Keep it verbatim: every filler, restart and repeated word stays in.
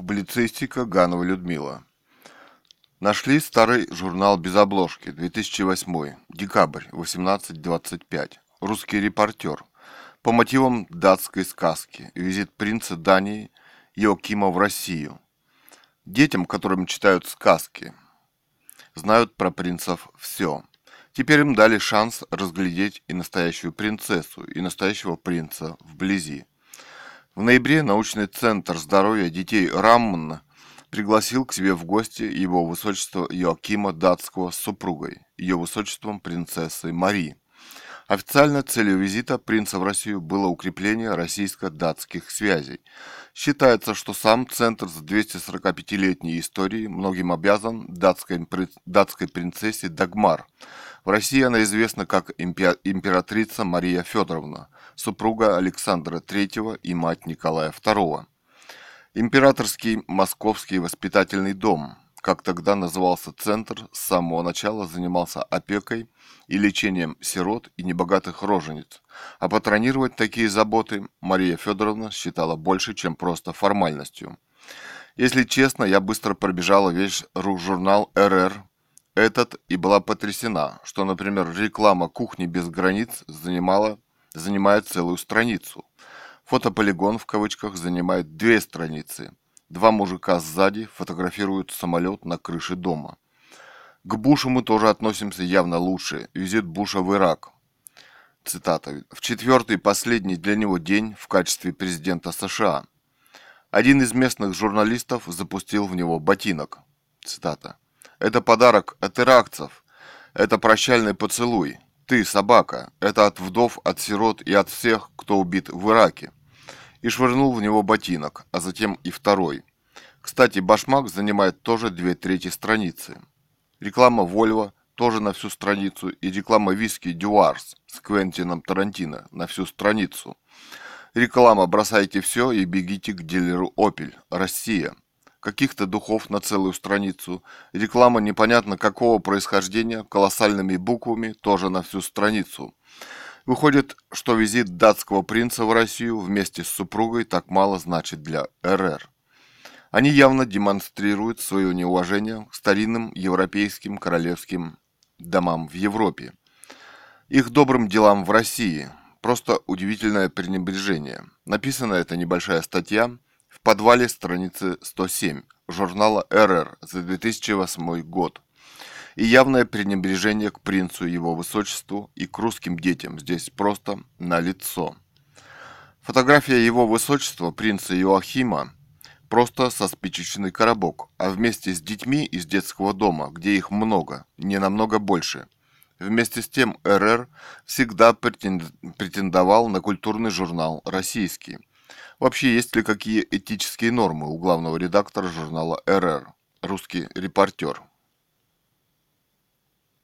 Публицистика Ганова Людмила. Нашли старый журнал без обложки, две тысячи восьмой, декабрь, восемнадцать двадцать пять. Русский репортер. По мотивам датской сказки. Визит принца Дании Йоакима в Россию. Детям, которым читают сказки, знают про принцев все. Теперь им дали шанс разглядеть и настоящую принцессу, и настоящего принца вблизи. В ноябре научный центр здоровья детей Рамман пригласил к себе в гости его высочество Йоакима Датского с супругой, ее высочеством принцессой Мари. Официально целью визита принца в Россию было укрепление российско-датских связей. Считается, что сам центр с двухсотсорокапятилетней историей многим обязан датской, датской принцессе Дагмар. В России она известна как императрица Мария Федоровна, супруга Александра третьего и мать Николая второго. Императорский Московский воспитательный дом, как тогда назывался центр, с самого начала занимался опекой и лечением сирот и небогатых рожениц, а патронировать такие заботы Мария Федоровна считала больше, чем просто формальностью. Если честно, я быстро пробежала весь журнал эр эр, этот, и была потрясена, что, например, реклама «Кухни без границ» занимала, занимает целую страницу. Фотополигон в кавычках занимает две страницы. Два мужика сзади фотографируют самолет на крыше дома. К Бушу мы тоже относимся явно лучше. Визит Буша в Ирак. Цитата. В четвертый последний для него день в качестве президента США. Один из местных журналистов запустил в него ботинок. Цитата. Это подарок от иракцев. Это прощальный поцелуй. Ты, собака, это от вдов, от сирот и от всех, кто убит в Ираке. И швырнул в него ботинок, а затем и второй. Кстати, башмак занимает тоже две трети страницы. Реклама Вольво тоже на всю страницу, и реклама виски Дюарс с Квентином Тарантино на всю страницу. Реклама «Бросайте все и бегите к дилеру Opel. Россия». Каких-то духов на целую страницу. Реклама непонятно какого происхождения, колоссальными буквами, тоже на всю страницу. Выходит, что визит датского принца в Россию вместе с супругой так мало значит для эр эр. Они явно демонстрируют свое неуважение к старинным европейским королевским домам в Европе. Их добрым делам в России. Просто удивительное пренебрежение. Написана эта небольшая статья в подвале страницы сто семь журнала эр эр за две тысячи восьмой год. И явное пренебрежение к принцу и его высочеству и к русским детям здесь просто налицо. Фотография его высочества, принца Йоахима, просто со спичечный коробок, а вместе с детьми из детского дома, где их много, не намного больше. Вместе с тем эр эр всегда претендовал на культурный журнал «Российский». Вообще, есть ли какие этические нормы у главного редактора журнала эр эр, русский репортер?